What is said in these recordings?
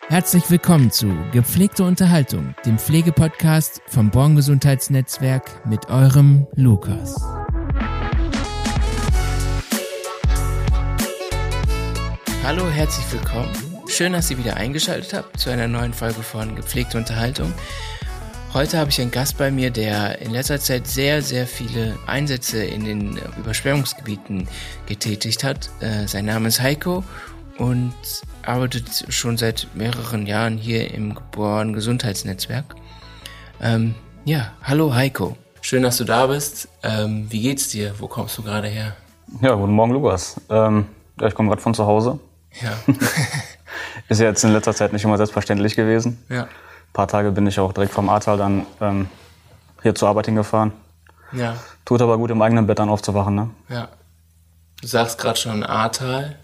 Herzlich willkommen zu Gepflegte Unterhaltung, dem Pflegepodcast vom Born Gesundheitsnetzwerk mit eurem Lukas. Hallo, herzlich willkommen. Schön, dass ihr wieder eingeschaltet habt zu einer neuen Folge von Gepflegte Unterhaltung. Heute habe ich einen Gast bei mir, der in letzter Zeit sehr, sehr viele Einsätze in den Überschwemmungsgebieten getätigt hat. Sein Name ist Heiko und arbeitet schon seit mehreren Jahren hier im Born Gesundheitsnetzwerk. Hallo Heiko. Schön, dass du da bist. Wie geht's dir? Wo kommst du gerade her? Ja, guten Morgen, Lukas. Ich komme gerade von zu Hause. Ja. Ist ja jetzt in letzter Zeit nicht immer selbstverständlich gewesen. Ja. Ein paar Tage bin ich auch direkt vom Ahrtal dann hier zur Arbeit hingefahren. Ja. Tut aber gut, im eigenen Bett dann aufzuwachen, ne? Ja. Du sagst gerade schon Ahrtal.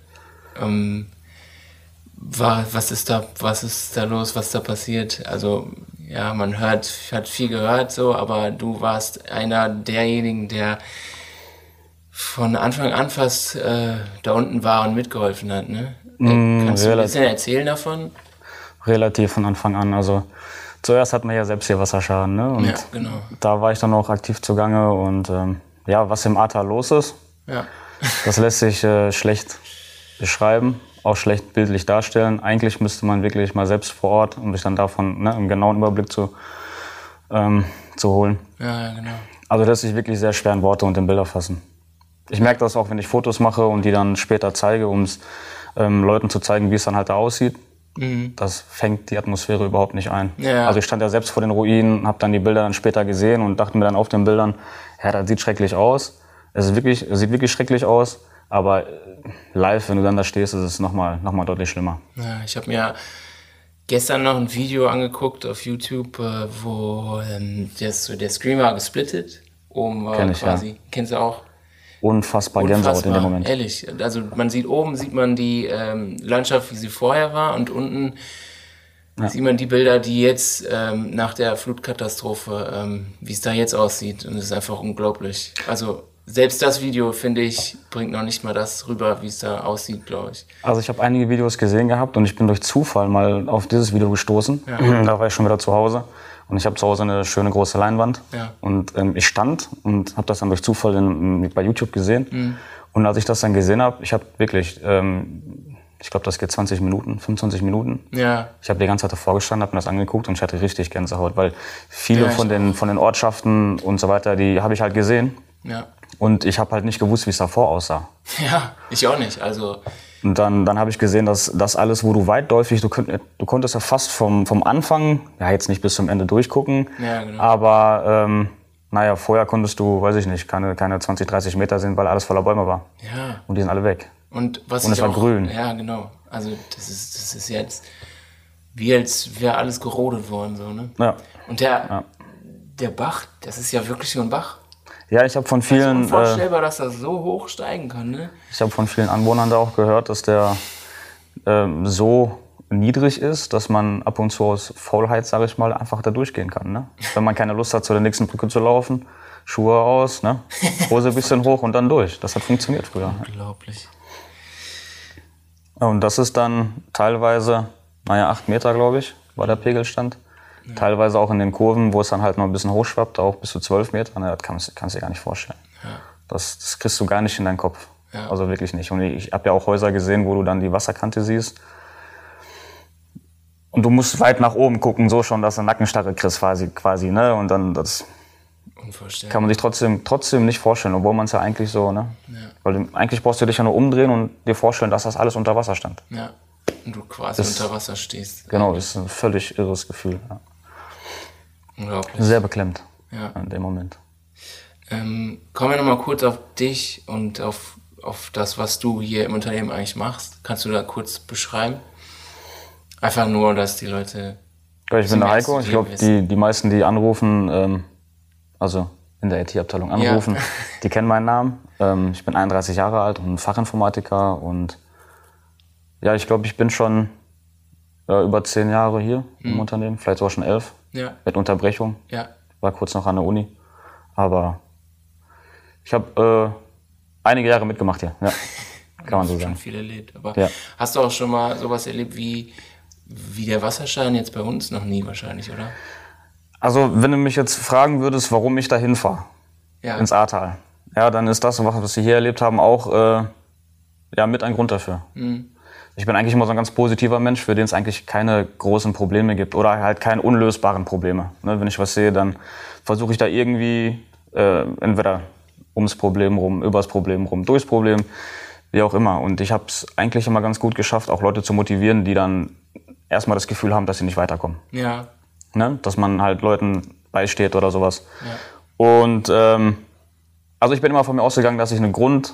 Was ist da los, was da passiert? Also, ja, man hat viel gehört so, aber du warst einer derjenigen, der von Anfang an fast da unten war und mitgeholfen hat, ne? Kannst du ein bisschen erzählen davon? Relativ von Anfang an. Also zuerst hat man ja selbst hier Wasserschaden, ne? Und ja, genau. Da war ich dann auch aktiv zugange und was im Ahrtal los ist, ja. Das lässt sich schlecht beschreiben, auch schlecht bildlich darstellen. Eigentlich müsste man wirklich mal selbst vor Ort, um sich dann davon einen genauen Überblick zu holen. Ja, genau. Also das lässt sich wirklich sehr schwer in Worte und in Bilder fassen. Ich merke das auch, wenn ich Fotos mache und die dann später zeige, um es Leuten zu zeigen, wie es dann halt da aussieht. Mhm. Das fängt die Atmosphäre überhaupt nicht ein. Ja. Also ich stand ja selbst vor den Ruinen, habe dann die Bilder dann später gesehen und dachte mir dann auf den Bildern, ja, das sieht schrecklich aus. Es sieht wirklich schrecklich aus, aber live, wenn du dann da stehst, ist es noch mal deutlich schlimmer. Ja, ich habe mir gestern noch ein Video angeguckt auf YouTube, wo der Screen war gesplittet. Oben war quasi, ja. Kennst du auch? Unfassbar Gänsehaut in dem Moment. Ehrlich, also oben sieht man die Landschaft, wie sie vorher war, und unten sieht man die Bilder, die jetzt nach der Flutkatastrophe, wie es da jetzt aussieht, und es ist einfach unglaublich. Also selbst das Video, finde ich, bringt noch nicht mal das rüber, wie es da aussieht, glaube ich. Also ich habe einige Videos gesehen gehabt und ich bin durch Zufall mal auf dieses Video gestoßen. Ja. Da war ich schon wieder zu Hause. Und ich habe zu Hause eine schöne große Leinwand. Ja. Und ich stand und habe das dann durch Zufall bei YouTube gesehen. Mhm. Und als ich das dann gesehen habe, ich habe wirklich, ich glaube, das geht 20 Minuten, 25 Minuten. Ja. Ich habe die ganze Zeit davor gestanden, habe mir das angeguckt und ich hatte richtig Gänsehaut, weil viele von den Ortschaften und so weiter, die habe ich halt gesehen. Ja. Und ich habe halt nicht gewusst, wie es davor aussah. Ja, ich auch nicht. Also und dann habe ich gesehen, dass das alles, wo du weitläufig, du konntest ja fast vom Anfang, ja jetzt nicht bis zum Ende durchgucken, ja, genau. Aber vorher konntest du, weiß ich nicht, keine 20, 30 Meter sehen, weil alles voller Bäume war. Ja. Und die sind alle weg. Und es war grün. Ja, genau. Also das ist jetzt wie als wäre alles gerodet worden, so, ne? Ja. Und der Bach, das ist ja wirklich so ein Bach. Ja, ich habe von vielen... Das ist unvorstellbar, dass das so hoch steigen kann, ne? Ich habe von vielen Anwohnern da auch gehört, dass der so niedrig ist, dass man ab und zu aus Faulheit, sage ich mal, einfach da durchgehen kann, ne? Wenn man keine Lust hat, zu der nächsten Brücke zu laufen, Schuhe aus, ne? Hose ein bisschen hoch und dann durch. Das hat funktioniert früher. Unglaublich. Und das ist dann teilweise, 8 Meter, glaube ich, war der Pegelstand. Ja. Teilweise auch in den Kurven, wo es dann halt noch ein bisschen hochschwappt, auch bis zu 12 Meter. Das kannst du dir gar nicht vorstellen. Ja. Das kriegst du gar nicht in deinen Kopf. Ja. Also wirklich nicht. Und ich habe ja auch Häuser gesehen, wo du dann die Wasserkante siehst. Und du musst weit nach oben gucken, so schon, dass du Nackenstarre kriegst quasi, ne? Und dann das kann man sich trotzdem nicht vorstellen, obwohl man es ja eigentlich so, ne? Ja. Weil eigentlich brauchst du dich ja nur umdrehen und dir vorstellen, dass das alles unter Wasser stand. Ja. Und du quasi unter Wasser stehst. Genau, das ist ein völlig irres Gefühl. Ja. Unglaublich. Sehr beklemmt in dem Moment. Kommen wir nochmal kurz auf dich und auf das, was du hier im Unternehmen eigentlich machst. Kannst du da kurz beschreiben? Einfach nur, dass die Leute... Ja, ich bin der Heiko. Ich glaube, die meisten, die anrufen, also in der IT-Abteilung anrufen, die kennen meinen Namen. Ich bin 31 Jahre alt und Fachinformatiker und ja, ich glaube, ich bin schon über 10 Jahre hier im Unternehmen, vielleicht sogar schon 11, mit Unterbrechung. Ja. War kurz noch an der Uni, aber ich habe einige Jahre mitgemacht hier, ja, kann man so sagen. Schon viel erlebt, aber hast du auch schon mal sowas erlebt wie Wie der Wasserschein jetzt bei uns noch nie wahrscheinlich, oder? Also wenn du mich jetzt fragen würdest, warum ich da hinfahre, ins Ahrtal, ja, dann ist das, was wir hier erlebt haben, auch mit ein Grund dafür. Ich bin eigentlich immer so ein ganz positiver Mensch, für den es eigentlich keine großen Probleme gibt oder halt keine unlösbaren Probleme. Ne, wenn ich was sehe, dann versuche ich da irgendwie entweder ums Problem rum, übers Problem rum, durchs Problem, wie auch immer. Und ich habe es eigentlich immer ganz gut geschafft, auch Leute zu motivieren, die dann erstmal das Gefühl haben, dass sie nicht weiterkommen. Ja. Ne? Dass man halt Leuten beisteht oder sowas. Ja. Und also ich bin immer von mir ausgegangen, dass ich einen Grund,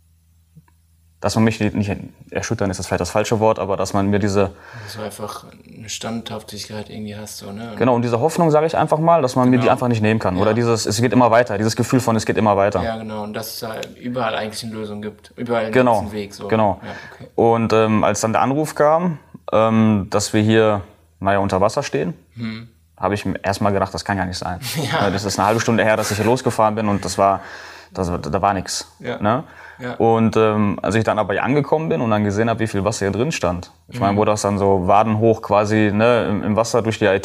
dass man mich nicht erschüttern, ist das vielleicht das falsche Wort, aber dass man mir diese... Dass du einfach eine Standhaftigkeit irgendwie hast. So, ne? Genau, und diese Hoffnung, sage ich einfach mal, dass man mir die einfach nicht nehmen kann. Ja. Oder dieses, es geht immer weiter, dieses Gefühl von, es geht immer weiter. Ja, genau, und dass es da überall eigentlich eine Lösung gibt. Überall einen Weg. So. Genau, ja, okay. Und als dann der Anruf kam, dass wir hier, unter Wasser stehen, habe ich mir erstmal gedacht, das kann gar nicht sein. Ja. Das ist eine halbe Stunde her, dass ich hier losgefahren bin und da war nichts. Ja. Ne? Ja. Und als ich dann aber hier angekommen bin und dann gesehen habe, wie viel Wasser hier drin stand, ich meine, wo das dann so wadenhoch quasi im Wasser durch die IT,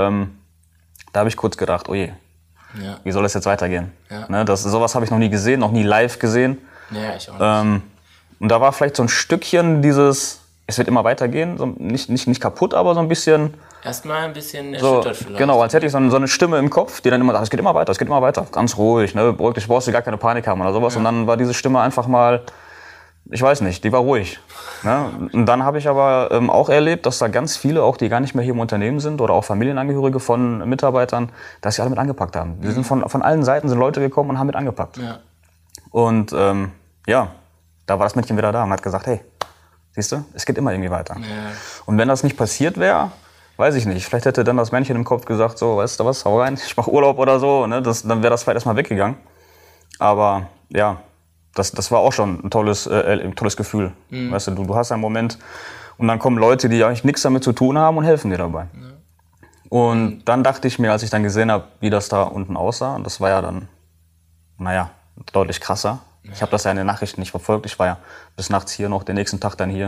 da habe ich kurz gedacht, oh je, wie soll das jetzt weitergehen? Ja. Ne, sowas habe ich noch nie gesehen, noch nie live gesehen. Ja, ich auch nicht. Und da war vielleicht so ein Stückchen dieses, es wird immer weitergehen, so nicht kaputt, aber so ein bisschen... Erstmal ein bisschen erschüttert vielleicht. Genau, als hätte ich so eine Stimme im Kopf, die dann immer sagt, es geht immer weiter, ganz ruhig, ne, beruhig dich, brauchst du gar keine Panik haben oder sowas. Ja. Und dann war diese Stimme einfach mal, ich weiß nicht, die war ruhig. Ne? Und dann habe ich aber auch erlebt, dass da ganz viele, auch die gar nicht mehr hier im Unternehmen sind oder auch Familienangehörige von Mitarbeitern, dass sie alle mit angepackt haben. Die sind von allen Seiten sind Leute gekommen und haben mit angepackt. Ja. Und da war das Mädchen wieder da und hat gesagt, hey, siehst du, es geht immer irgendwie weiter. Ja. Und wenn das nicht passiert wäre, weiß ich nicht, vielleicht hätte dann das Männchen im Kopf gesagt, so, weißt du was, hau rein, ich mach Urlaub oder so, ne? Dann wäre das vielleicht erstmal weggegangen. Aber ja, das war auch schon ein tolles Gefühl. Weißt du hast einen Moment und dann kommen Leute, die eigentlich nichts damit zu tun haben und helfen dir dabei. Ja. Und dann dachte ich mir, als ich dann gesehen habe, wie das da unten aussah, und das war ja dann, deutlich krasser. Ja. Ich habe das ja in den Nachrichten nicht verfolgt, ich war ja bis nachts hier noch, den nächsten Tag dann hier.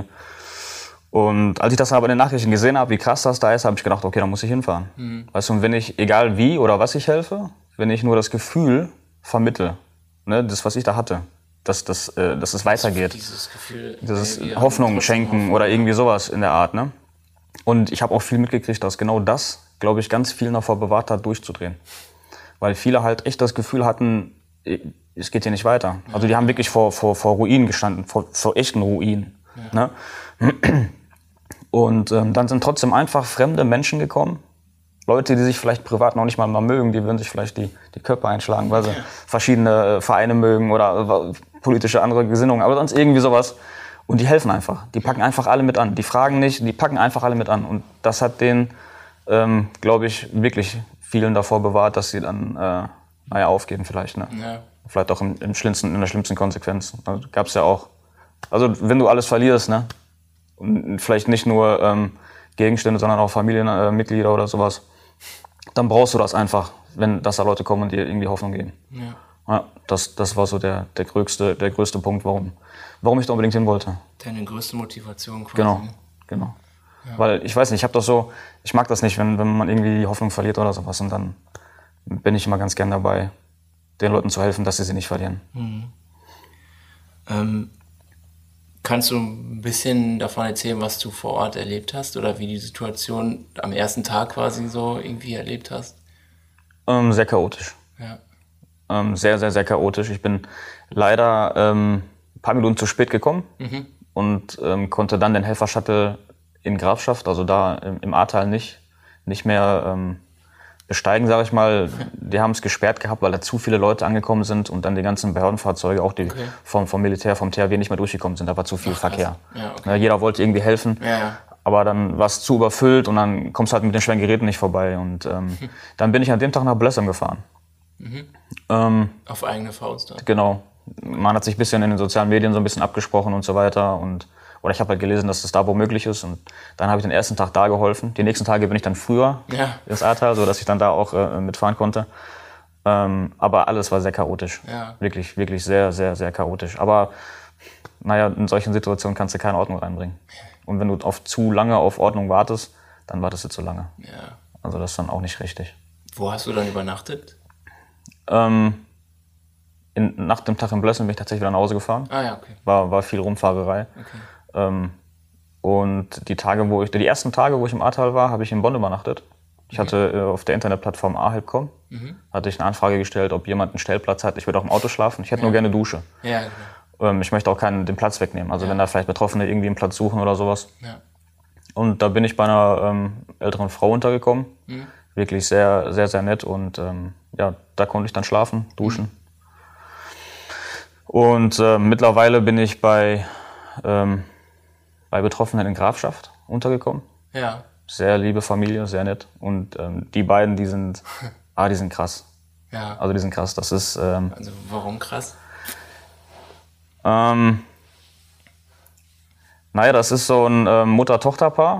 Und als ich das aber in den Nachrichten gesehen habe, wie krass das da ist, habe ich gedacht, okay, da muss ich hinfahren. Weißt du, und wenn ich, egal wie oder was ich helfe, wenn ich nur das Gefühl vermittle, ne, das, was ich da hatte, dass es weitergeht. Dieses Gefühl, Hoffnung schenken oder irgendwie sowas in der Art. Ne? Und ich habe auch viel mitgekriegt, dass genau das, glaube ich, ganz viel davor bewahrt hat, durchzudrehen. Weil viele halt echt das Gefühl hatten, es geht hier nicht weiter. Also die haben wirklich vor Ruinen gestanden, vor echten Ruinen. Ja. Ne? Und dann sind trotzdem einfach fremde Menschen gekommen. Leute, die sich vielleicht privat noch nicht mal mögen, die würden sich vielleicht die Köpfe einschlagen, weil sie verschiedene Vereine mögen oder politische andere Gesinnungen, aber sonst irgendwie sowas. Und die helfen einfach. Die packen einfach alle mit an. Die fragen nicht, die packen einfach alle mit an. Und das hat denen, glaube ich, wirklich vielen davor bewahrt, dass sie dann aufgeben vielleicht. Ne? Ja. Vielleicht auch in der schlimmsten Konsequenz. Also, gab's ja auch. Also wenn du alles verlierst, ne? Und vielleicht nicht nur Gegenstände, sondern auch Familienmitglieder oder sowas, dann brauchst du das einfach, wenn da Leute kommen und dir irgendwie Hoffnung geben. Ja. Ja, das war so der größte Punkt, warum ich da unbedingt hin wollte. Deine größte Motivation quasi. Genau. Ja. Weil ich weiß nicht, ich mag das nicht, wenn man irgendwie die Hoffnung verliert oder sowas. Und dann bin ich immer ganz gern dabei, den Leuten zu helfen, dass sie nicht verlieren. Kannst du ein bisschen davon erzählen, was du vor Ort erlebt hast oder wie die Situation am ersten Tag quasi so irgendwie erlebt hast? Sehr chaotisch. Ja. Sehr, sehr, sehr chaotisch. Ich bin leider ein paar Minuten zu spät gekommen und konnte dann den Helfer-Shuttle in Grafschaft, also da im Ahrtal nicht mehr besteigen, sage ich mal. Die haben es gesperrt gehabt, weil da zu viele Leute angekommen sind und dann die ganzen Behördenfahrzeuge, auch die vom Militär, vom THW nicht mehr durchgekommen sind. Da war zu viel Verkehr. Ja, okay. Jeder wollte irgendwie helfen, aber dann war es zu überfüllt und dann kommst du halt mit den schweren Geräten nicht vorbei. Und dann bin ich an dem Tag nach Blessem gefahren. Auf eigene Faust dann? Genau. Man hat sich ein bisschen in den sozialen Medien so ein bisschen abgesprochen und so weiter. Oder ich habe halt gelesen, dass das da wo möglich ist. Und dann habe ich den ersten Tag da geholfen. Die nächsten Tage bin ich dann früher ins Ahrtal, sodass ich dann da auch mitfahren konnte. Aber alles war sehr chaotisch. Ja. Wirklich, wirklich sehr, sehr, sehr chaotisch. Aber in solchen Situationen kannst du keine Ordnung reinbringen. Und wenn du zu lange auf Ordnung wartest, dann wartest du zu lange. Ja. Also das ist dann auch nicht richtig. Wo hast du dann übernachtet? Nach dem Tag in Blößen bin ich tatsächlich wieder nach Hause gefahren. Ah ja, okay. War viel Rumfahrerei. Okay. Und die ersten Tage, wo ich im Ahrtal war, habe ich in Bonn übernachtet. Ich hatte auf der Internetplattform ahelp.com hatte ich eine Anfrage gestellt, ob jemand einen Stellplatz hat. Ich würde auch im Auto schlafen. Ich hätte nur gerne Dusche. Ja, genau. Ich möchte auch den Platz wegnehmen. Also wenn da vielleicht Betroffene irgendwie einen Platz suchen oder sowas. Ja. Und da bin ich bei einer älteren Frau untergekommen. Wirklich sehr, sehr, sehr nett. Und da konnte ich dann schlafen, duschen. Und mittlerweile bin ich bei Betroffenen in Grafschaft untergekommen. Ja. Sehr liebe Familie, sehr nett. Und die beiden, die sind krass. Ja. Also die sind krass. Das ist. Also warum krass? Das ist so ein Mutter-Tochter-Paar.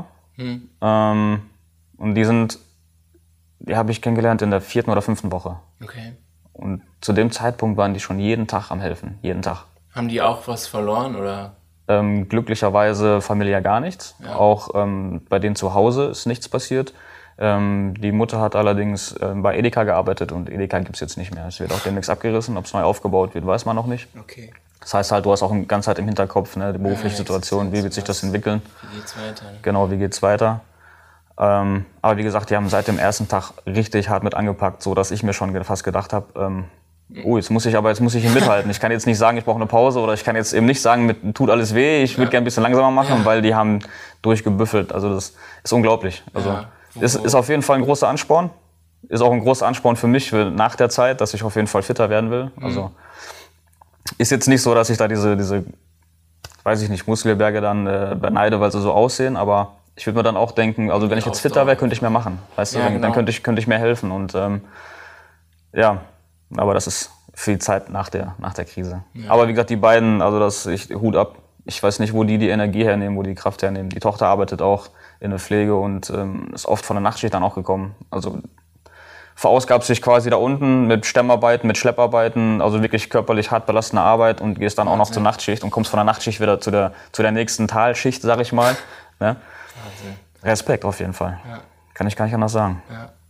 Und die habe ich kennengelernt in der 4. oder 5. Woche. Okay. Und zu dem Zeitpunkt waren die schon jeden Tag am Helfen. Jeden Tag. Haben die auch was verloren oder? Glücklicherweise familiär gar nichts. Ja. Auch bei denen zu Hause ist nichts passiert. Die Mutter hat allerdings bei Edeka gearbeitet und Edeka gibt es jetzt nicht mehr. Es wird auch demnächst abgerissen. Ob es neu aufgebaut wird, weiß man noch nicht. Okay. Das heißt halt, du hast auch die ganze Zeit im Hinterkopf, ne, die berufliche Situation, wie wird sich das entwickeln. Wie geht's weiter? Ne? Genau, wie geht's weiter. Aber wie gesagt, die haben seit dem ersten Tag richtig hart mit angepackt, so dass ich mir schon fast gedacht habe, jetzt muss ich hier mithalten. Ich kann jetzt nicht sagen, ich brauche eine Pause oder ich kann jetzt eben nicht sagen, mir tut alles weh, ich würde gerne ein bisschen langsamer machen, weil die haben durchgebüffelt. Also das ist unglaublich. Also ist auf jeden Fall ein großer Ansporn. Ist auch ein großer Ansporn für mich nach der Zeit, dass ich auf jeden Fall fitter werden will. Also ist jetzt nicht so, dass ich da diese weiß ich nicht, Muskelberge dann beneide, weil sie so aussehen, aber ich würde mir dann auch denken, also wenn ich jetzt fitter wäre, könnte ich mehr machen. Weißt du, dann könnte ich mehr helfen. Und aber das ist für die Zeit nach der Krise. Ja. Aber wie gesagt, die beiden, also Hut ab. Ich weiß nicht, wo die Energie hernehmen, wo die Kraft hernehmen. Die Tochter arbeitet auch in der Pflege und ist oft von der Nachtschicht dann auch gekommen. Also verausgabt sich quasi da unten mit Stemmarbeiten, mit Schlepparbeiten, also wirklich körperlich hart belastende Arbeit und gehst dann auch noch zur Nachtschicht und kommst von der Nachtschicht wieder zu der nächsten Talschicht, sag ich mal. Ne? Respekt auf jeden Fall. Ja. Kann ich gar nicht anders sagen.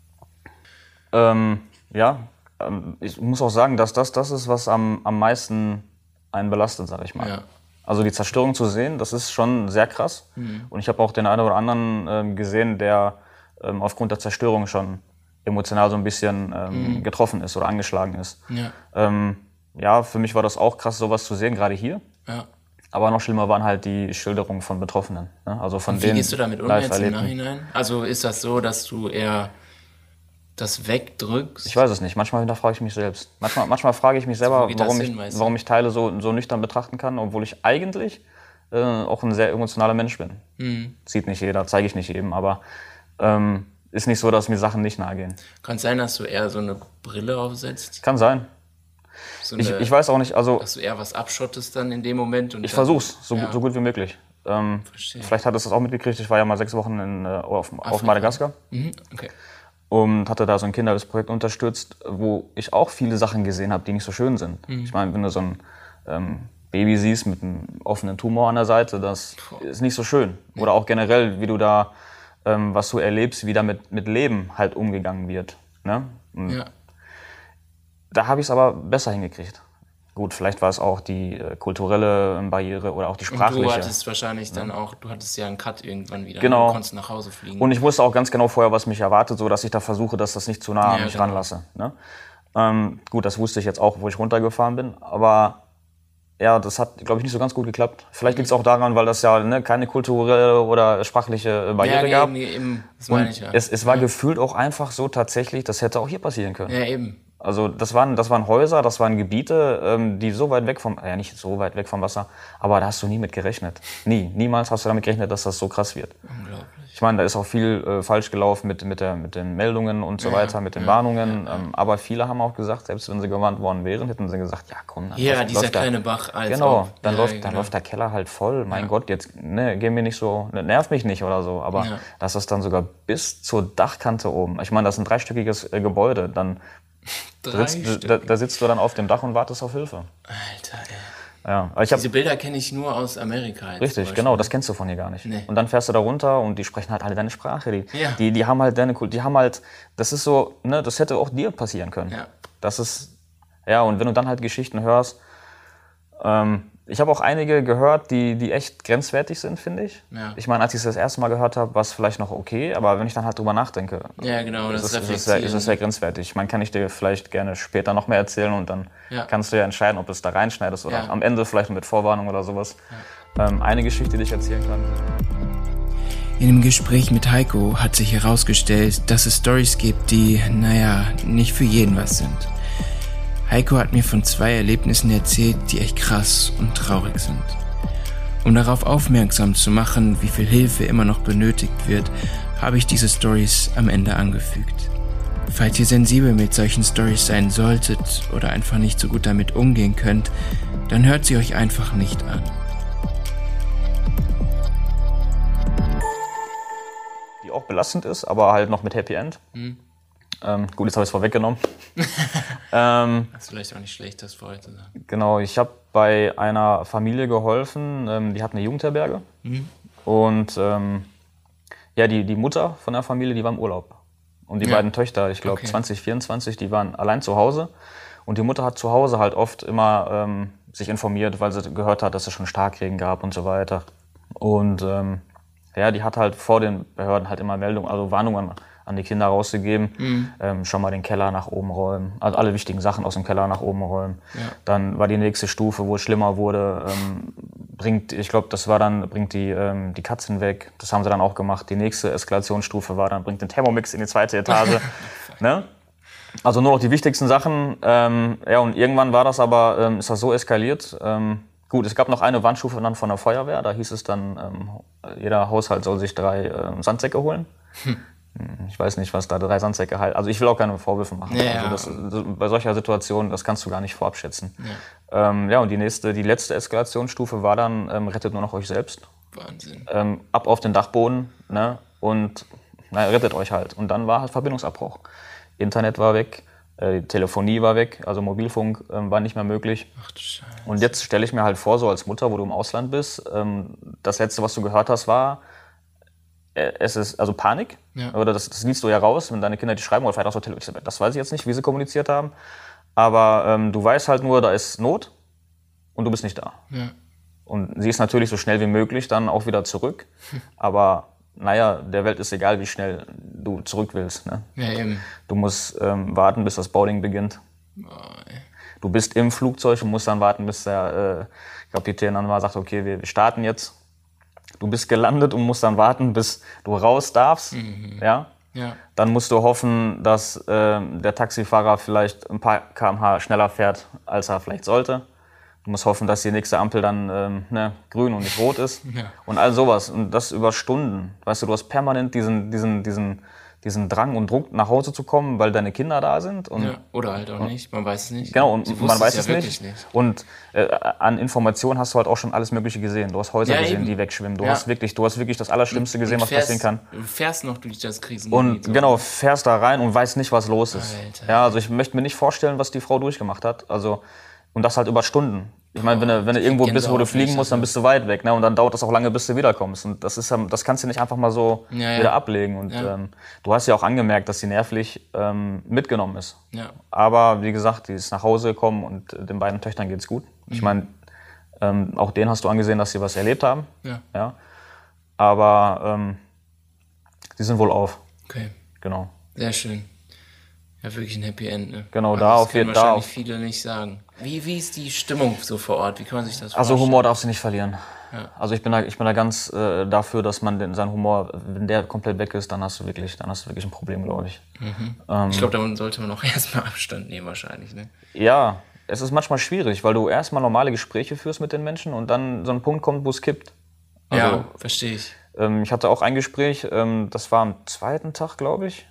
Ja. Ich muss auch sagen, dass das ist, was am meisten einen belastet, sag ich mal. Ja. Also die Zerstörung zu sehen, das ist schon sehr krass. Und ich habe auch den einen oder anderen gesehen, der aufgrund der Zerstörung schon emotional so ein bisschen getroffen ist oder angeschlagen ist. Ja. Für mich war das auch krass, sowas zu sehen, gerade hier. Ja. Aber noch schlimmer waren halt die Schilderungen von Betroffenen. Ne? Also von denen. Wie gehst du damit um jetzt im Nachhinein? Also ist das so, dass du eher das wegdrückst? Ich weiß es nicht. Manchmal hinterfrage ich mich selbst. Manchmal frage ich mich selber, warum ich Teile so nüchtern betrachten kann, obwohl ich eigentlich auch ein sehr emotionaler Mensch bin. Sieht nicht jeder, zeige ich nicht jedem, aber ist nicht so, dass mir Sachen nicht nahe gehen. Kann es sein, dass du eher so eine Brille aufsetzt? Kann sein. Ich weiß auch nicht, also... Dass du eher was abschottest dann in dem Moment? Und ich versuch's, so gut wie möglich. Vielleicht hat es das auch mitgekriegt, ich war ja mal 6 Wochen auf Madagaskar. Okay. Und hatte da so ein Kinderhilfsprojekt unterstützt, wo ich auch viele Sachen gesehen habe, die nicht so schön sind. Ich meine, wenn du so ein Baby siehst mit einem offenen Tumor an der Seite, das ist nicht so schön. Oder auch generell, wie du da, was du erlebst, wie da mit Leben halt umgegangen wird. Ne? Ja. Da habe ich es aber besser hingekriegt. Gut, vielleicht war es auch die kulturelle Barriere oder auch die sprachliche. Und du hattest wahrscheinlich dann auch, du hattest ja einen Cut irgendwann wieder. Genau. Du konntest nach Hause fliegen. Und ich wusste auch ganz genau vorher, was mich erwartet, so dass ich da versuche, dass das nicht zu nah an mich ranlasse. Ne? Gut, das wusste ich jetzt auch, wo ich runtergefahren bin. Aber ja, das hat, glaube ich, nicht so ganz gut geklappt. Vielleicht liegt es auch daran, weil das ja keine kulturelle oder sprachliche Barriere gab. Eben, das meine ich ja. Es war gefühlt auch einfach so tatsächlich, das hätte auch hier passieren können. Ja, eben. Also das waren Häuser, das waren Gebiete, die so weit weg nicht so weit weg vom Wasser, aber da hast du nie mit gerechnet. Niemals hast du damit gerechnet, dass das so krass wird. Unglaublich. Ich meine, da ist auch viel falsch gelaufen mit den Meldungen und so weiter, mit den Warnungen. Aber viele haben auch gesagt, selbst wenn sie gewarnt worden wären, hätten sie gesagt, ja komm, dann dieser kleine Bach. Genau, dann läuft der Keller halt voll. Mein Gott, jetzt geh mir nicht so, nerv mich nicht oder so. Aber das ist dann sogar bis zur Dachkante oben. Ich meine, das ist ein 3-stöckiges Gebäude. Dann da sitzt du dann auf dem Dach und wartest auf Hilfe. Alter, ey. Ja. Diese Bilder kenne ich nur aus Amerika. Richtig, genau, das kennst du von hier gar nicht. Nee. Und dann fährst du da runter und die sprechen halt alle deine Sprache. Die haben halt deine Kultur, das ist so, ne, das hätte auch dir passieren können. Ja. Das ist, ja, und wenn du dann halt Geschichten hörst, ich habe auch einige gehört, die echt grenzwertig sind, finde ich. Ja. Ich meine, als ich es das erste Mal gehört habe, war es vielleicht noch okay, aber wenn ich dann halt drüber nachdenke, ja, genau, ist es sehr grenzwertig. Ich meine, kann ich dir vielleicht gerne später noch mehr erzählen und dann kannst du ja entscheiden, ob du es da reinschneidest oder am Ende vielleicht mit Vorwarnung oder sowas. Ja. Eine Geschichte, die ich erzählen kann. In dem Gespräch mit Heiko hat sich herausgestellt, dass es Storys gibt, die, nicht für jeden was sind. Heiko hat mir von 2 Erlebnissen erzählt, die echt krass und traurig sind. Um darauf aufmerksam zu machen, wie viel Hilfe immer noch benötigt wird, habe ich diese Storys am Ende angefügt. Falls ihr sensibel mit solchen Storys sein solltet oder einfach nicht so gut damit umgehen könnt, dann hört sie euch einfach nicht an. Die auch belastend ist, aber halt noch mit Happy End. Gut, jetzt habe ich es vorweggenommen. Das ist vielleicht auch nicht schlecht, das vorher zu sagen. Genau, ich habe bei einer Familie geholfen, die hat eine Jugendherberge. Und die Mutter von der Familie, die war im Urlaub. Und die beiden Töchter, ich glaube 2024, die waren allein zu Hause. Und die Mutter hat zu Hause halt oft immer sich informiert, weil sie gehört hat, dass es schon Starkregen gab und so weiter. Und die hat halt vor den Behörden halt immer Warnungen an die Kinder rauszugeben, schon mal den Keller nach oben räumen, also alle wichtigen Sachen aus dem Keller nach oben räumen. Ja. Dann war die nächste Stufe, wo es schlimmer wurde, bringt die Katzen weg. Das haben sie dann auch gemacht. Die nächste Eskalationsstufe war dann, bringt den Thermomix in die 2. Etage. Ne? Also nur noch die wichtigsten Sachen. Und irgendwann war das aber, ist das so eskaliert. Gut, es gab noch eine Warnstufe dann von der Feuerwehr. Da hieß es dann, jeder Haushalt soll sich 3 Sandsäcke holen. Ich weiß nicht, was da 3 Sandsäcke halt. Also ich will auch keine Vorwürfe machen. Ja, also bei solcher Situation, das kannst du gar nicht vorab schätzen. Ja, und die letzte Eskalationsstufe war dann, rettet nur noch euch selbst. Wahnsinn. Ab auf den Dachboden, ne? Und rettet euch halt. Und dann war halt Verbindungsabbruch. Internet war weg, Telefonie war weg, also Mobilfunk war nicht mehr möglich. Ach du Scheiße. Und jetzt stelle ich mir halt vor, so als Mutter, wo du im Ausland bist, das Letzte, was du gehört hast, war, es ist also Panik, oder das liest du ja raus, wenn deine Kinder die schreiben oder vielleicht auch so Telefon. Das weiß ich jetzt nicht, wie sie kommuniziert haben, aber du weißt halt nur, da ist Not und du bist nicht da. Ja. Und sie ist natürlich so schnell wie möglich dann auch wieder zurück, aber der Welt ist egal, wie schnell du zurück willst. Ne? Ja, eben. Du musst warten, bis das Boarding beginnt. Du bist im Flugzeug und musst dann warten, bis der Kapitän dann mal sagt, okay, wir starten jetzt. Du bist gelandet und musst dann warten, bis du raus darfst. Ja? Dann musst du hoffen, dass der Taxifahrer vielleicht ein paar km/h schneller fährt, als er vielleicht sollte. Du musst hoffen, dass die nächste Ampel dann grün und nicht rot ist. Ja. Und all sowas. Und das über Stunden. Weißt du hast permanent diesen Drang und Druck, nach Hause zu kommen, weil deine Kinder da sind. Und, oder halt auch nicht, man weiß es nicht. Genau, und man weiß es nicht. Und an Informationen hast du halt auch schon alles Mögliche gesehen. Du hast Häuser gesehen, die wegschwimmen. Du hast wirklich das Allerschlimmste gesehen, was passieren kann. Du fährst noch durch das Krisengebiet. Und fährst da rein und weißt nicht, was los ist. Alter. Ja, also ich möchte mir nicht vorstellen, was die Frau durchgemacht hat. Also, und das halt über Stunden. Ich meine, wenn du irgendwo bist, wo du fliegen musst, dann bist du weit weg. Ne? Und dann dauert das auch lange, bis du wiederkommst. Und das kannst du nicht einfach mal so wieder ablegen. Und du hast ja auch angemerkt, dass sie nervlich mitgenommen ist. Ja. Aber wie gesagt, die ist nach Hause gekommen und den beiden Töchtern geht's gut. Ich meine, auch denen hast du angesehen, dass sie was erlebt haben. Ja? Aber die sind wohl auf. Okay. Genau. Sehr schön. Ja, wirklich ein Happy End, ne? Genau, das können wahrscheinlich viele nicht sagen. Wie ist die Stimmung so vor Ort? Wie kann man sich das vorstellen? Also Humor darfst du nicht verlieren. Ja. Also ich bin da ganz dafür, dass man seinen Humor, wenn der komplett weg ist, dann hast du wirklich ein Problem, glaube ich. Ich glaube, da sollte man auch erstmal Abstand nehmen wahrscheinlich, ne? Ja, es ist manchmal schwierig, weil du erstmal normale Gespräche führst mit den Menschen und dann so ein Punkt kommt, wo es kippt. Also, ja, verstehe ich. Ich hatte auch ein Gespräch, das war am 2. Tag, glaube ich.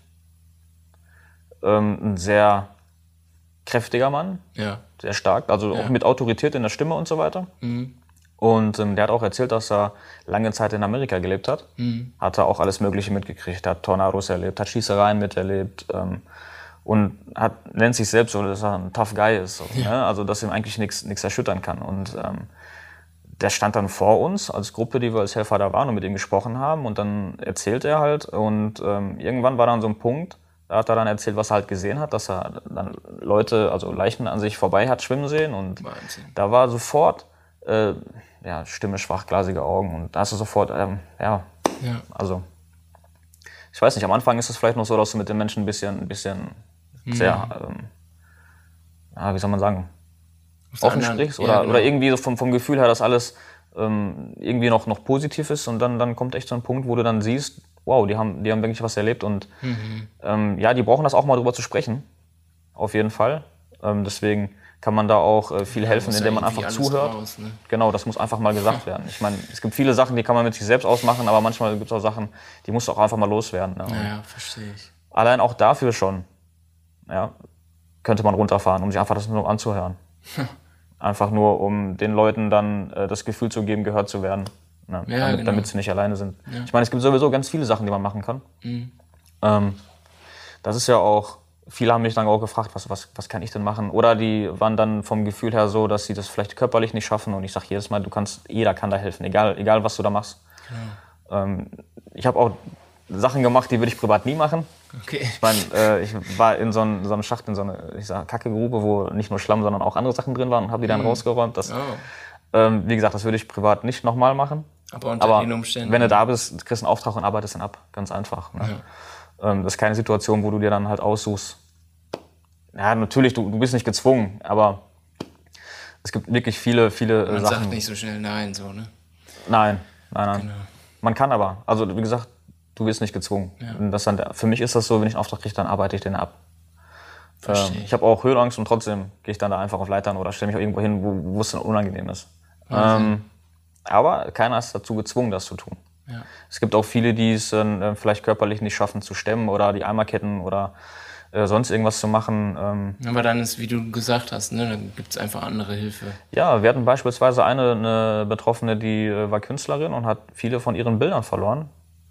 Ein sehr kräftiger Mann, sehr stark, also auch mit Autorität in der Stimme und so weiter. Und der hat auch erzählt, dass er lange Zeit in Amerika gelebt hat. Hat er auch alles Mögliche mitgekriegt, hat Tornados erlebt, hat Schießereien miterlebt und nennt sich selbst so, dass er ein Tough Guy ist. So, ne? Also dass ihm eigentlich nichts erschüttern kann. Und der stand dann vor uns als Gruppe, die wir als Helfer da waren und mit ihm gesprochen haben. Und dann erzählt er halt. Und irgendwann war dann so ein Punkt, da hat er dann erzählt, was er halt gesehen hat, dass er dann Leute, also Leichen an sich vorbei hat schwimmen sehen. Und Wahnsinn. Da war sofort Stimme schwach, glasige Augen. Und da hast du sofort, also ich weiß nicht, am Anfang ist es vielleicht noch so, dass du mit den Menschen ein bisschen sehr, wie soll man sagen, offen sprichst oder irgendwie so vom Gefühl her, dass alles irgendwie noch positiv ist und dann kommt echt so ein Punkt, wo du dann siehst, wow, die haben wirklich was erlebt und die brauchen das auch mal drüber zu sprechen, auf jeden Fall. Deswegen kann man da auch viel helfen, indem man einfach zuhört. Raus, ne? Genau, das muss einfach mal gesagt werden. Ich meine, es gibt viele Sachen, die kann man mit sich selbst ausmachen, aber manchmal gibt es auch Sachen, die musst du auch einfach mal loswerden. Ne? Ja, verstehe ich. Allein auch dafür schon, könnte man runterfahren, um sich einfach das nur anzuhören. Einfach nur, um den Leuten dann das Gefühl zu geben, gehört zu werden. Ne? Damit sie nicht alleine sind. Ja. Ich meine, es gibt sowieso ganz viele Sachen, die man machen kann. Das ist ja auch, viele haben mich dann auch gefragt, was kann ich denn machen? Oder die waren dann vom Gefühl her so, dass sie das vielleicht körperlich nicht schaffen. Und ich sage jedes Mal, jeder kann da helfen, egal was du da machst. Ja. Ich habe auch Sachen gemacht, die würde ich privat nie machen. Okay. Ich meine, ich war in so einem Schacht, in so eine Kackegrube, wo nicht nur Schlamm, sondern auch andere Sachen drin waren und habe die dann rausgeräumt. Wie gesagt, das würde ich privat nicht nochmal machen. Aber unter den Umständen. Wenn du da bist, kriegst du einen Auftrag und arbeitest dann ab. Ganz einfach. Ne? Ja. Das ist keine Situation, wo du dir dann halt aussuchst. Ja, natürlich, du bist nicht gezwungen, aber es gibt wirklich viele Sachen. Man sagt nicht so schnell Nein, so, ne? Nein. Genau. Man kann aber. Also, wie gesagt, du wirst nicht gezwungen. Ja. Und für mich ist das so, wenn ich einen Auftrag kriege, dann arbeite ich den ab. Ich habe auch Höhenangst und trotzdem gehe ich dann da einfach auf Leitern oder stelle mich auch irgendwo hin, wo es dann unangenehm ist. Aber keiner ist dazu gezwungen, das zu tun. Ja. Es gibt auch viele, die es vielleicht körperlich nicht schaffen zu stemmen oder die Eimerketten oder sonst irgendwas zu machen. Aber dann ist, wie du gesagt hast, ne, dann gibt es einfach andere Hilfe. Ja, wir hatten beispielsweise eine Betroffene, die war Künstlerin und hat viele von ihren Bildern verloren.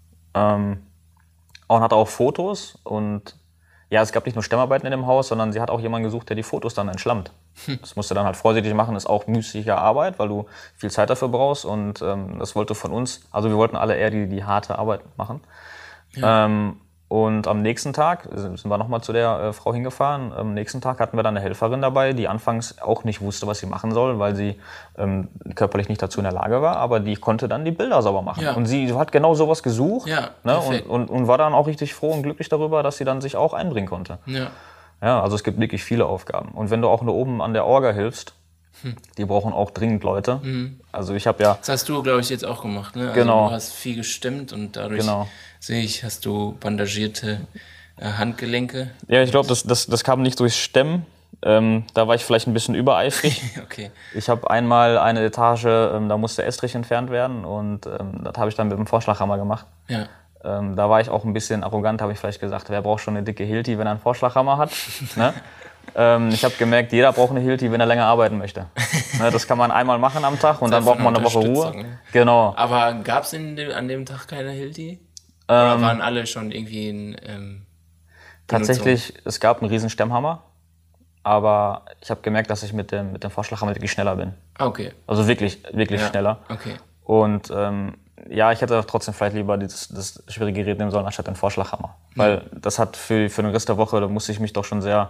Und hatte auch Fotos und es gab nicht nur Stemmarbeiten in dem Haus, sondern sie hat auch jemanden gesucht, der die Fotos dann entschlammt. Das musste dann halt vorsichtig machen, ist auch müßige Arbeit, weil du viel Zeit dafür brauchst und das wollte von uns, also wir wollten alle eher die harte Arbeit machen. Ja. Und am nächsten Tag sind wir nochmal zu der Frau hingefahren. Am nächsten Tag hatten wir dann eine Helferin dabei, die anfangs auch nicht wusste, was sie machen soll, weil sie körperlich nicht dazu in der Lage war, aber die konnte dann die Bilder sauber machen. Ja. Und sie hat genau sowas gesucht, ne, und war dann auch richtig froh und glücklich darüber, dass sie dann sich auch einbringen konnte. Ja, also es gibt wirklich viele Aufgaben. Und wenn du auch nur oben an der Orga hilfst, die brauchen auch dringend Leute. Also ich habe Das hast du, glaube ich, jetzt auch gemacht, ne? Also genau. Du hast viel gestemmt und dadurch sehe ich, hast du bandagierte Handgelenke. Ja, ich glaube, das kam nicht durchs Stemmen. Da war ich vielleicht ein bisschen übereifrig. Okay. Ich habe einmal eine Etage, da musste Estrich entfernt werden und das habe ich dann mit dem Vorschlaghammer gemacht. Ja. Da war ich auch ein bisschen arrogant, habe ich vielleicht gesagt, wer braucht schon eine dicke Hilti, wenn er einen Vorschlaghammer hat. Ne? Ich habe gemerkt, jeder braucht eine Hilti, wenn er länger arbeiten möchte. Ne, das kann man einmal machen am Tag und dann braucht man eine Woche Ruhe. Genau. Aber gab es an dem Tag keine Hilti? Oder waren alle schon irgendwie in tatsächlich, es gab einen riesen Stemmhammer, aber ich habe gemerkt, dass ich mit dem Vorschlaghammer wirklich schneller bin. Okay. Also wirklich schneller. Okay. Und ich hätte trotzdem vielleicht lieber das schwierige Gerät nehmen sollen, anstatt den Vorschlaghammer. Weil das hat für den Rest der Woche, da musste ich mich doch schon sehr,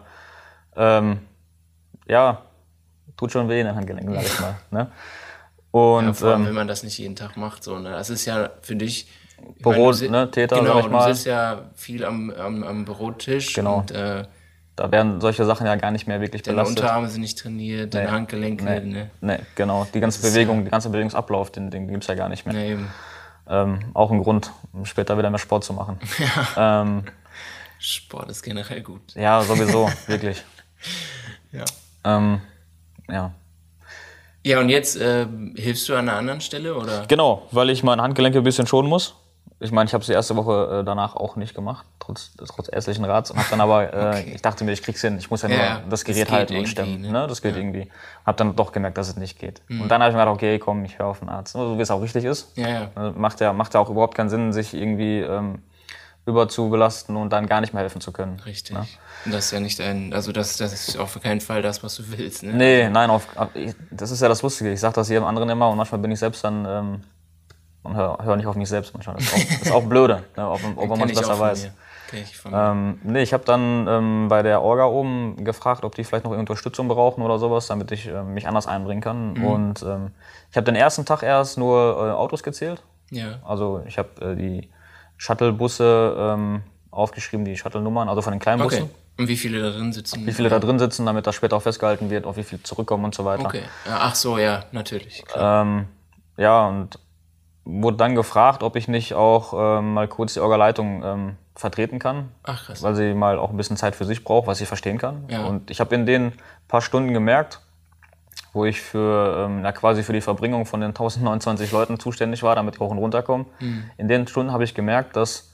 tut schon weh in den Handgelenken, sag ich mal. Ne? Und, vor allem, wenn man das nicht jeden Tag macht. So, ne? Das ist ja für dich... Täter, genau, sag ich mal. Du sitzt ja viel am Bürotisch. Genau. Und, da werden solche Sachen ja gar nicht mehr wirklich belastet. Deine Unterarme sind nicht trainiert, deine Handgelenke. Nee, genau. Die ganze Bewegung, der ganze Bewegungsablauf, den gibt es ja gar nicht mehr. Nee, eben. Auch ein Grund, um später wieder mehr Sport zu machen. Ja. Sport ist generell gut. Ja, sowieso, wirklich. Ja. Ja. Ja, und jetzt hilfst du an einer anderen Stelle, oder? Genau, weil ich meine Handgelenke ein bisschen schonen muss. Ich meine, ich habe es die erste Woche danach auch nicht gemacht, trotz ärztlichen Rats. Und habe dann aber, ich dachte mir, ich krieg's hin. Ich muss ja nur das Gerät halten und stemmen. Ne? Das geht irgendwie. Habe dann doch gemerkt, dass es nicht geht. Und dann habe ich mir gedacht, okay, komm, ich höre auf den Arzt. So wie es auch richtig ist. Ja. Macht ja auch überhaupt keinen Sinn, sich irgendwie überzubelasten und dann gar nicht mehr helfen zu können. Richtig. Ja? Und das ist ja nicht das ist auf keinen Fall das, was du willst. Ne? Nee, nein, das ist ja das Lustige. Ich sage das jedem anderen immer und manchmal bin ich selbst dann und hör nicht auf mich selbst manchmal. Das ist auch blöde, ne, ob man es besser weiß. Nee, ich habe dann bei der Orga oben gefragt, ob die vielleicht noch Unterstützung brauchen oder sowas, damit ich mich anders einbringen kann. Und ich habe den ersten Tag erst nur Autos gezählt. Ja. Also ich habe die Shuttle-Busse aufgeschrieben, die Shuttle-Nummern, also von den kleinen Bussen. Und wie viele da drin sitzen? Wie viele da drin sitzen, damit das später auch festgehalten wird, auf wie viele zurückkommen und so weiter. Okay. Ach so, ja, natürlich. Klar. Ja, und wurde dann gefragt, ob ich nicht auch mal kurz die Orga-Leitung vertreten kann. Ach, krass. Weil sie mal auch ein bisschen Zeit für sich braucht, was ich verstehen kann. Ja. Und ich habe in den paar Stunden gemerkt, wo ich quasi für die Verbringung von den 1029 Leuten zuständig war, damit ich hoch und runter komme. In den Stunden habe ich gemerkt, dass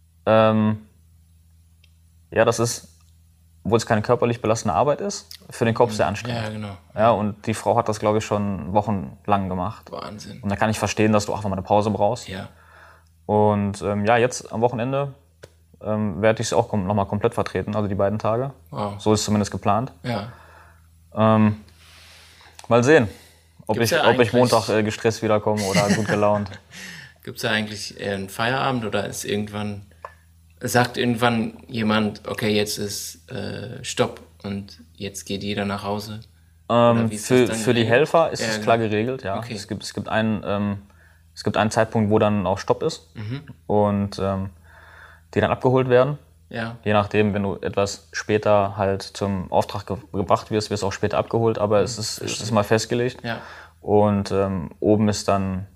das ist, obwohl es keine körperlich belastende Arbeit ist, für den Kopf sehr anstrengend. Ja, genau. Ja, und die Frau hat das, glaube ich, schon wochenlang gemacht. Wahnsinn. Und da kann ich verstehen, dass du auch mal eine Pause brauchst. Ja. Und jetzt am Wochenende werde ich es auch nochmal komplett vertreten, also die beiden Tage. Wow. So ist zumindest geplant. Ja. Mal sehen, ob ich Montag gestresst wiederkomme oder gut gelaunt. Gibt es da eigentlich eher einen Feierabend oder sagt irgendwann jemand, okay, jetzt ist Stopp und jetzt geht jeder nach Hause? Für die Helfer ist es klar geregelt, ja. Okay. Es gibt einen Zeitpunkt, wo dann auch Stopp ist und die dann abgeholt werden. Ja. Je nachdem, wenn du etwas später halt zum Auftrag gebracht wirst du auch später abgeholt, aber es ist mal festgelegt. Ja. Und oben ist dann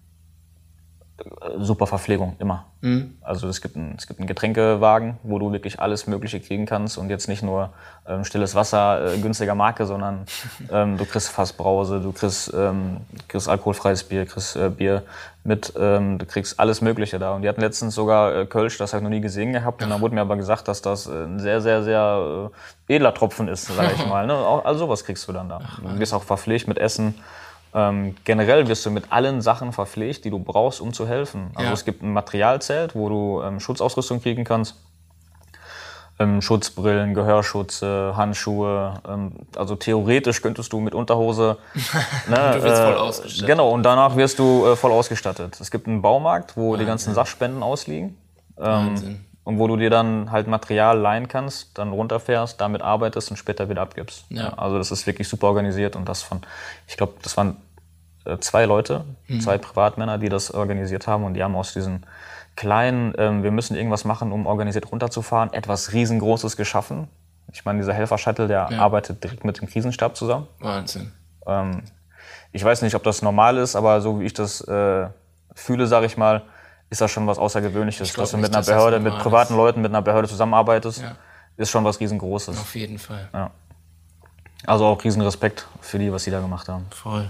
super Verpflegung, immer. Also es gibt einen Getränkewagen, wo du wirklich alles Mögliche kriegen kannst und jetzt nicht nur stilles Wasser günstiger Marke, sondern du kriegst Fassbrause, du kriegst alkoholfreies Bier, kriegst Bier mit, du kriegst alles Mögliche da. Und die hatten letztens sogar Kölsch, das habe ich noch nie gesehen gehabt. Und dann wurde mir aber gesagt, dass das ein sehr, sehr, sehr edler Tropfen ist, sag ich mal. Ne? Also sowas kriegst du dann da. Du bist auch verpflegt mit Essen. Generell wirst du mit allen Sachen verpflegt, die du brauchst, um zu helfen. Also es gibt ein Materialzelt, wo du Schutzausrüstung kriegen kannst. Schutzbrillen, Gehörschutz, Handschuhe. Also theoretisch könntest du mit Unterhose... Ne, du wirst voll ausgestattet. Genau, und danach wirst du voll ausgestattet. Es gibt einen Baumarkt, wo die ganzen Sachspenden ausliegen. Wahnsinn. Und wo du dir dann halt Material leihen kannst, dann runterfährst, damit arbeitest und später wieder abgibst. Ja. Also das ist wirklich super organisiert und ich glaube, das waren 2 Leute, 2 Privatmänner, die das organisiert haben und die haben aus diesen kleinen, wir müssen irgendwas machen, um organisiert runterzufahren, etwas Riesengroßes geschaffen. Ich meine, dieser Helfer-Shuttle, der arbeitet direkt mit dem Krisenstab zusammen. Wahnsinn. Ich weiß nicht, ob das normal ist, aber so wie ich das fühle, sage ich mal, ist das schon was Außergewöhnliches, dass du mit einer Behörde, mit privaten Leuten, mit einer Behörde zusammenarbeitest, ist schon was Riesengroßes. Auf jeden Fall. Ja. Also auch riesen Respekt für die, was sie da gemacht haben. Voll.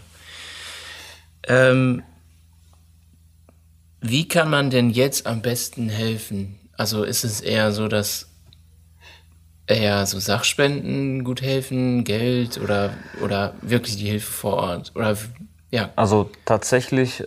Wie kann man denn jetzt am besten helfen? Also ist es eher so, dass eher so Sachspenden gut helfen, Geld oder wirklich die Hilfe vor Ort? Oder, ja. Also tatsächlich...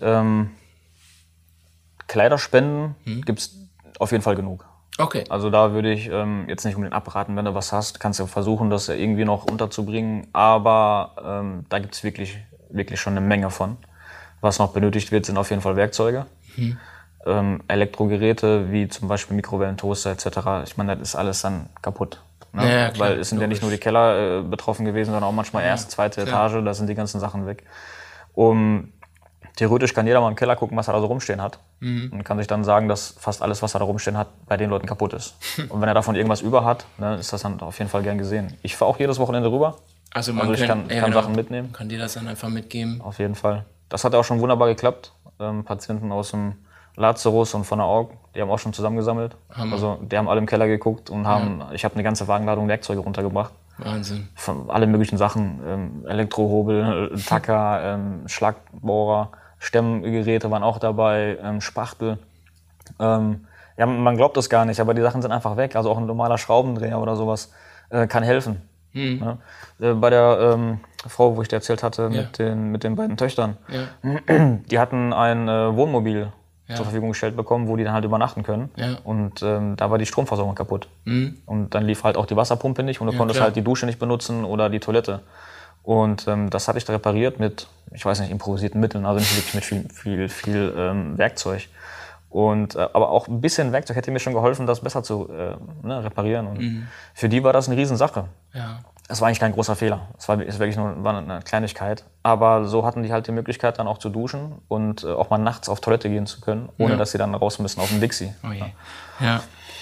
Kleiderspenden gibt's auf jeden Fall genug. Okay. Also da würde ich jetzt nicht unbedingt abraten, wenn du was hast, kannst du versuchen, das irgendwie noch unterzubringen. Aber da gibt's wirklich, wirklich schon eine Menge von. Was noch benötigt wird, sind auf jeden Fall Werkzeuge. Elektrogeräte wie zum Beispiel Mikrowellentoaster etc. Ich meine, das ist alles dann kaputt. Ne? Ja, klar, weil es sind ja nicht nur die Keller betroffen gewesen, sondern auch manchmal erste, zweite Etage, da sind die ganzen Sachen weg. Theoretisch kann jeder mal im Keller gucken, was er da so rumstehen hat. Und kann sich dann sagen, dass fast alles, was er da rumstehen hat, bei den Leuten kaputt ist. Und wenn er davon irgendwas über hat, ne, ist das dann auf jeden Fall gern gesehen. Ich fahre auch jedes Wochenende rüber. Also ich kann Sachen mitnehmen. Kann dir das dann einfach mitgeben? Auf jeden Fall. Das hat auch schon wunderbar geklappt. Patienten aus dem Lazarus und von der Org, die haben auch schon zusammengesammelt. Hammer. Also die haben alle im Keller geguckt und ich habe eine ganze Wagenladung Werkzeuge runtergebracht. Wahnsinn. Von alle möglichen Sachen, Elektrohobel, Tacker, Schlagbohrer, Stemmgeräte waren auch dabei, Spachtel. Man glaubt das gar nicht, aber die Sachen sind einfach weg. Also auch ein normaler Schraubendreher oder sowas kann helfen. Ja. Bei der Frau, wo ich dir erzählt hatte, mit den beiden Töchtern, die hatten ein Wohnmobil zur Verfügung gestellt bekommen, wo die dann halt übernachten können. Ja. Und da war die Stromversorgung kaputt. Und dann lief halt auch die Wasserpumpe nicht und du konntest halt die Dusche nicht benutzen oder die Toilette. Und das hatte ich da repariert mit, ich weiß nicht, improvisierten Mitteln, also nicht wirklich mit viel Werkzeug. Und, aber auch ein bisschen Werkzeug hätte mir schon geholfen, das besser zu reparieren. Und für die war das eine Riesensache. Ja. Es war eigentlich kein großer Fehler. Es war wirklich nur eine Kleinigkeit. Aber so hatten die halt die Möglichkeit, dann auch zu duschen und auch mal nachts auf Toilette gehen zu können, ohne dass sie dann raus müssen auf den Dixie. Oh je. Ja.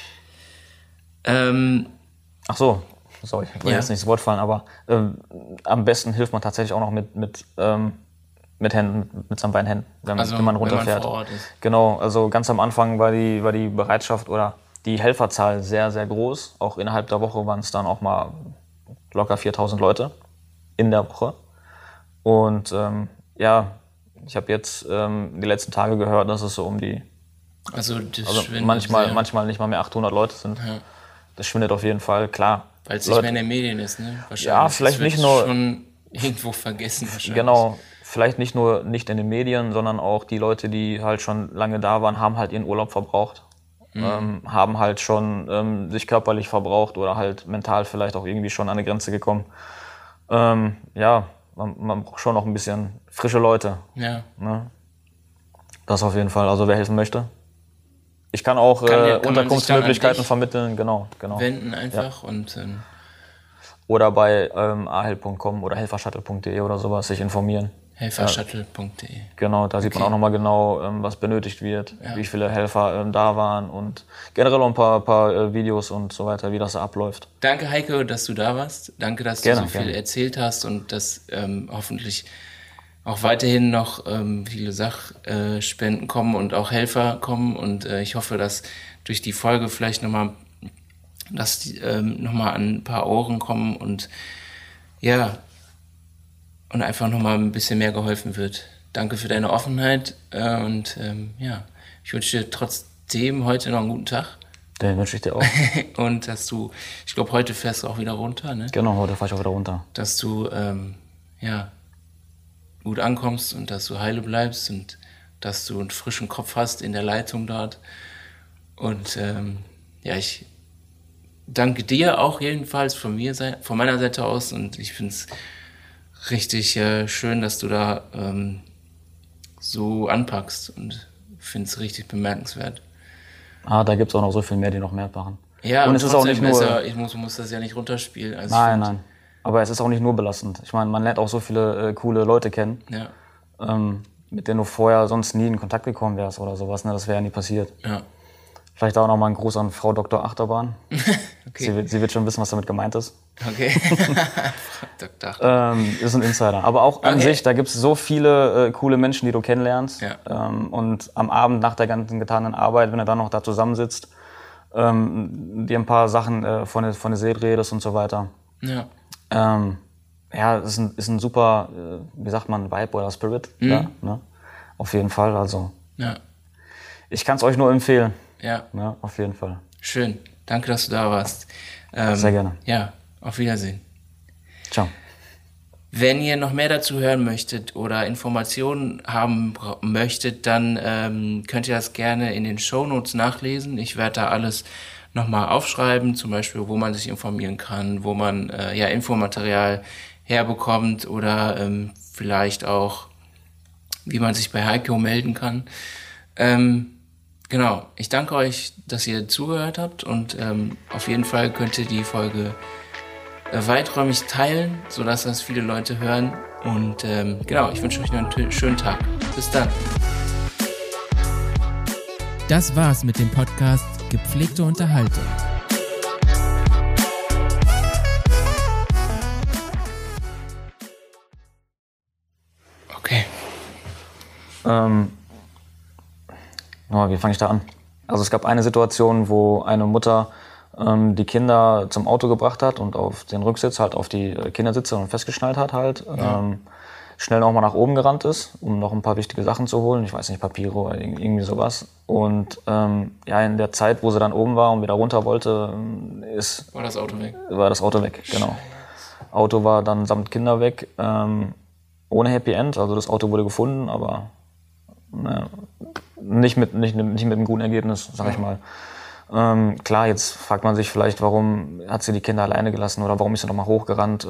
Ach so, sorry, ich will jetzt nicht ins Wort fallen, aber am besten hilft man tatsächlich auch noch mit Händen, mit seinen beiden Händen, wenn man runterfährt. Wenn man vor Ort ist. Genau, also ganz am Anfang war die Bereitschaft oder die Helferzahl sehr, sehr groß. Auch innerhalb der Woche waren es dann auch mal locker 4.000 Leute in der Woche. Und ich habe jetzt die letzten Tage gehört, dass es so um die... Also manchmal nicht mal mehr 800 Leute sind. Ja. Das schwindet auf jeden Fall, klar. Weil es nicht mehr in den Medien ist, ne? Wahrscheinlich. Ja, vielleicht nicht nur... schon irgendwo vergessen wahrscheinlich. Genau, vielleicht nicht nur nicht in den Medien, sondern auch die Leute, die halt schon lange da waren, haben halt ihren Urlaub verbraucht. Haben halt schon sich körperlich verbraucht oder halt mental vielleicht auch irgendwie schon an eine Grenze gekommen. Man braucht schon noch ein bisschen frische Leute. Ja. Ne? Das auf jeden Fall. Also wer helfen möchte. Ich kann auch Unterkunftsmöglichkeiten vermitteln. Genau. Wenden einfach und... Oder bei ahelp.com oder helfershuttle.de oder sowas sich informieren. Helfershuttle.de. Genau, da sieht man auch nochmal genau, was benötigt wird, wie viele Helfer da waren und generell auch ein paar Videos und so weiter, wie das abläuft. Danke, Heiko, dass du da warst. Danke, dass du so viel erzählt hast und dass hoffentlich auch weiterhin noch viele Sachspenden kommen und auch Helfer kommen. Und ich hoffe, dass durch die Folge vielleicht nochmal nochmal an ein paar Ohren kommen und und einfach nochmal ein bisschen mehr geholfen wird. Danke für deine Offenheit ich wünsche dir trotzdem heute noch einen guten Tag. Den wünsche ich dir auch. Und dass du, ich glaube, heute fährst du auch wieder runter, ne? Genau, heute fahre ich auch wieder runter. Dass du gut ankommst und dass du heile bleibst und dass du einen frischen Kopf hast in der Leitung dort. Und ich danke dir auch jedenfalls von meiner Seite aus und ich finde es richtig schön, dass du da so anpackst und finde es richtig bemerkenswert. Da gibt es auch noch so viel mehr, die noch mehr machen. Ja, und es ist auch nicht nur... Ich muss das ja nicht runterspielen. Also nein. Aber es ist auch nicht nur belastend. Ich meine, man lernt auch so viele coole Leute kennen, mit denen du vorher sonst nie in Kontakt gekommen wärst oder sowas. Ne? Das wäre ja nie passiert. Ja. Vielleicht auch noch mal ein Gruß an Frau Dr. Achterbahn. Okay. Sie wird schon wissen, was damit gemeint ist. Okay. Dr. Achterbahn. Ist ein Insider. Aber auch an sich, da gibt es so viele coole Menschen, die du kennenlernst. Ja. Und am Abend nach der ganzen getanen Arbeit, wenn du dann noch da zusammensitzt, dir ein paar Sachen von der Seele redest und so weiter. Ja. Es ist ein super, wie sagt man, Vibe oder Spirit. Ja, ne? Auf jeden Fall. Also, ich kann es euch nur empfehlen. Ja, auf jeden Fall. Schön. Danke, dass du da warst. Sehr gerne. Ja, auf Wiedersehen. Ciao. Wenn ihr noch mehr dazu hören möchtet oder Informationen haben möchtet, dann könnt ihr das gerne in den Shownotes nachlesen. Ich werde da alles nochmal aufschreiben, zum Beispiel, wo man sich informieren kann, wo man Infomaterial herbekommt oder vielleicht auch, wie man sich bei Heiko melden kann. Genau, ich danke euch, dass ihr zugehört habt und auf jeden Fall könnt ihr die Folge weiträumig teilen, sodass das viele Leute hören. Und ich wünsche euch noch einen schönen Tag. Bis dann. Das war's mit dem Podcast Gepflegte Unterhaltung. Okay. Wie fange ich da an? Also es gab eine Situation, wo eine Mutter die Kinder zum Auto gebracht hat und auf den Rücksitz halt auf die Kindersitze und festgeschnallt hat halt. Schnell noch mal nach oben gerannt ist, um noch ein paar wichtige Sachen zu holen. Ich weiß nicht, Papiere oder irgendwie sowas. Und in der Zeit, wo sie dann oben war und wieder runter wollte, war das Auto weg. War das Auto weg, genau. Auto war dann samt Kinder weg, ohne Happy End. Also das Auto wurde gefunden, aber nicht mit einem guten Ergebnis, sag ich mal. Klar, jetzt fragt man sich vielleicht, warum hat sie die Kinder alleine gelassen oder warum ist sie nochmal hochgerannt.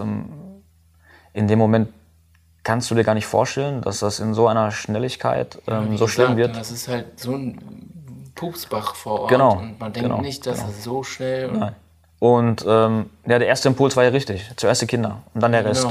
In dem Moment kannst du dir gar nicht vorstellen, dass das in so einer Schnelligkeit so schlimm wird. Das ist halt so ein Pupsbach vor Ort genau, und man denkt nicht, dass es so schnell... Nein. Und der erste Impuls war ja richtig, zuerst die Kinder und dann der Rest.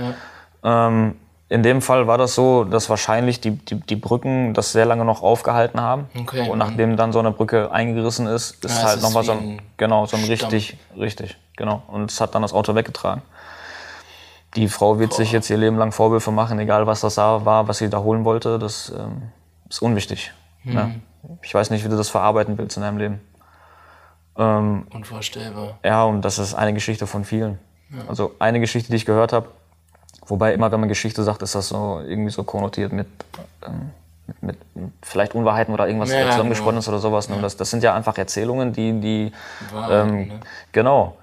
Ja. In dem Fall war das so, dass wahrscheinlich die Brücken das sehr lange noch aufgehalten haben. Okay. Und nachdem dann so eine Brücke eingerissen ist, ist halt nochmal so ein richtig, genau. Und es hat dann das Auto weggetragen. Die Frau wird sich jetzt ihr Leben lang Vorwürfe machen, egal was das war, was sie da holen wollte. Das ist unwichtig. Ne? Ich weiß nicht, wie du das verarbeiten willst in deinem Leben. Unvorstellbar. Ja, und das ist eine Geschichte von vielen. Ja. Also eine Geschichte, die ich gehört habe, wobei immer, wenn man Geschichte sagt, ist das so irgendwie so konnotiert mit vielleicht Unwahrheiten oder irgendwas zusammengesponnen oder sowas. Ja. Das sind ja einfach Erzählungen, die ne? Genau.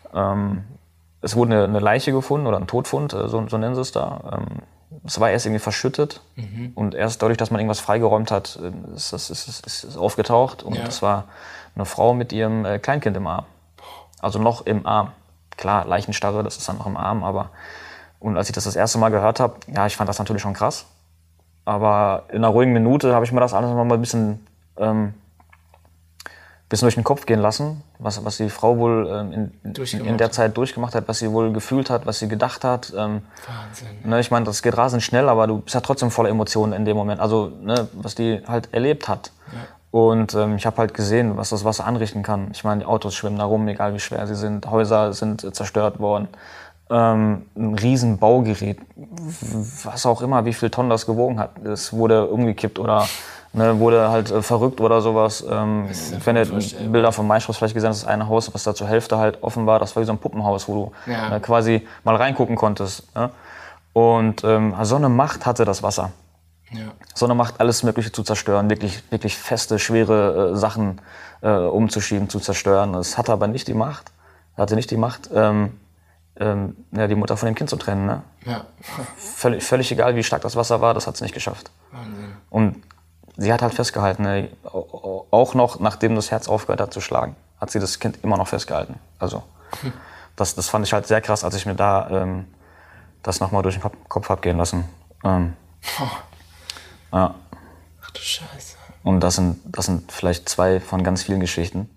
Es wurde eine Leiche gefunden oder ein Todfund, so nennen sie es da. Es war erst irgendwie verschüttet und erst dadurch, dass man irgendwas freigeräumt hat, ist es aufgetaucht. Und das war eine Frau mit ihrem Kleinkind im Arm. Also noch im Arm. Klar, Leichenstarre, das ist dann noch im Arm, aber... Und als ich das erste Mal gehört habe, ja, ich fand das natürlich schon krass. Aber in einer ruhigen Minute habe ich mir das alles noch mal ein bisschen durch den Kopf gehen lassen, was die Frau wohl in der Zeit durchgemacht hat, was sie wohl gefühlt hat, was sie gedacht hat. Wahnsinn. Ne, ich meine, das geht rasend schnell, aber du bist ja trotzdem voller Emotionen in dem Moment. Also, ne, was die halt erlebt hat. Ja. Und ich habe halt gesehen, was das Wasser anrichten kann. Ich meine, die Autos schwimmen da rum, egal wie schwer sie sind. Häuser sind zerstört worden. Ein riesen Baugerät, was auch immer, wie viel Tonnen das gewogen hat. Es wurde umgekippt oder wurde halt verrückt oder sowas. Wenn du Bilder vom Maischoss vielleicht gesehen hast, das eine Haus, was da zur Hälfte halt offen war, das war wie so ein Puppenhaus, wo du quasi mal reingucken konntest. Ne? Und so eine Macht hatte das Wasser. Ja. So eine Macht, alles Mögliche zu zerstören, wirklich feste, schwere Sachen umzuschieben, zu zerstören. Es hatte aber nicht die Macht, die Mutter von dem Kind zu trennen. Ne? Ja. Völlig egal, wie stark das Wasser war, das hat sie nicht geschafft. Wahnsinn. Und sie hat halt festgehalten, ne? Auch noch, nachdem das Herz aufgehört hat zu schlagen, hat sie das Kind immer noch festgehalten. Also das fand ich halt sehr krass, als ich mir da das nochmal durch den Kopf hab gehen lassen. Ja. Ach du Scheiße. Und das sind vielleicht 2 von ganz vielen Geschichten.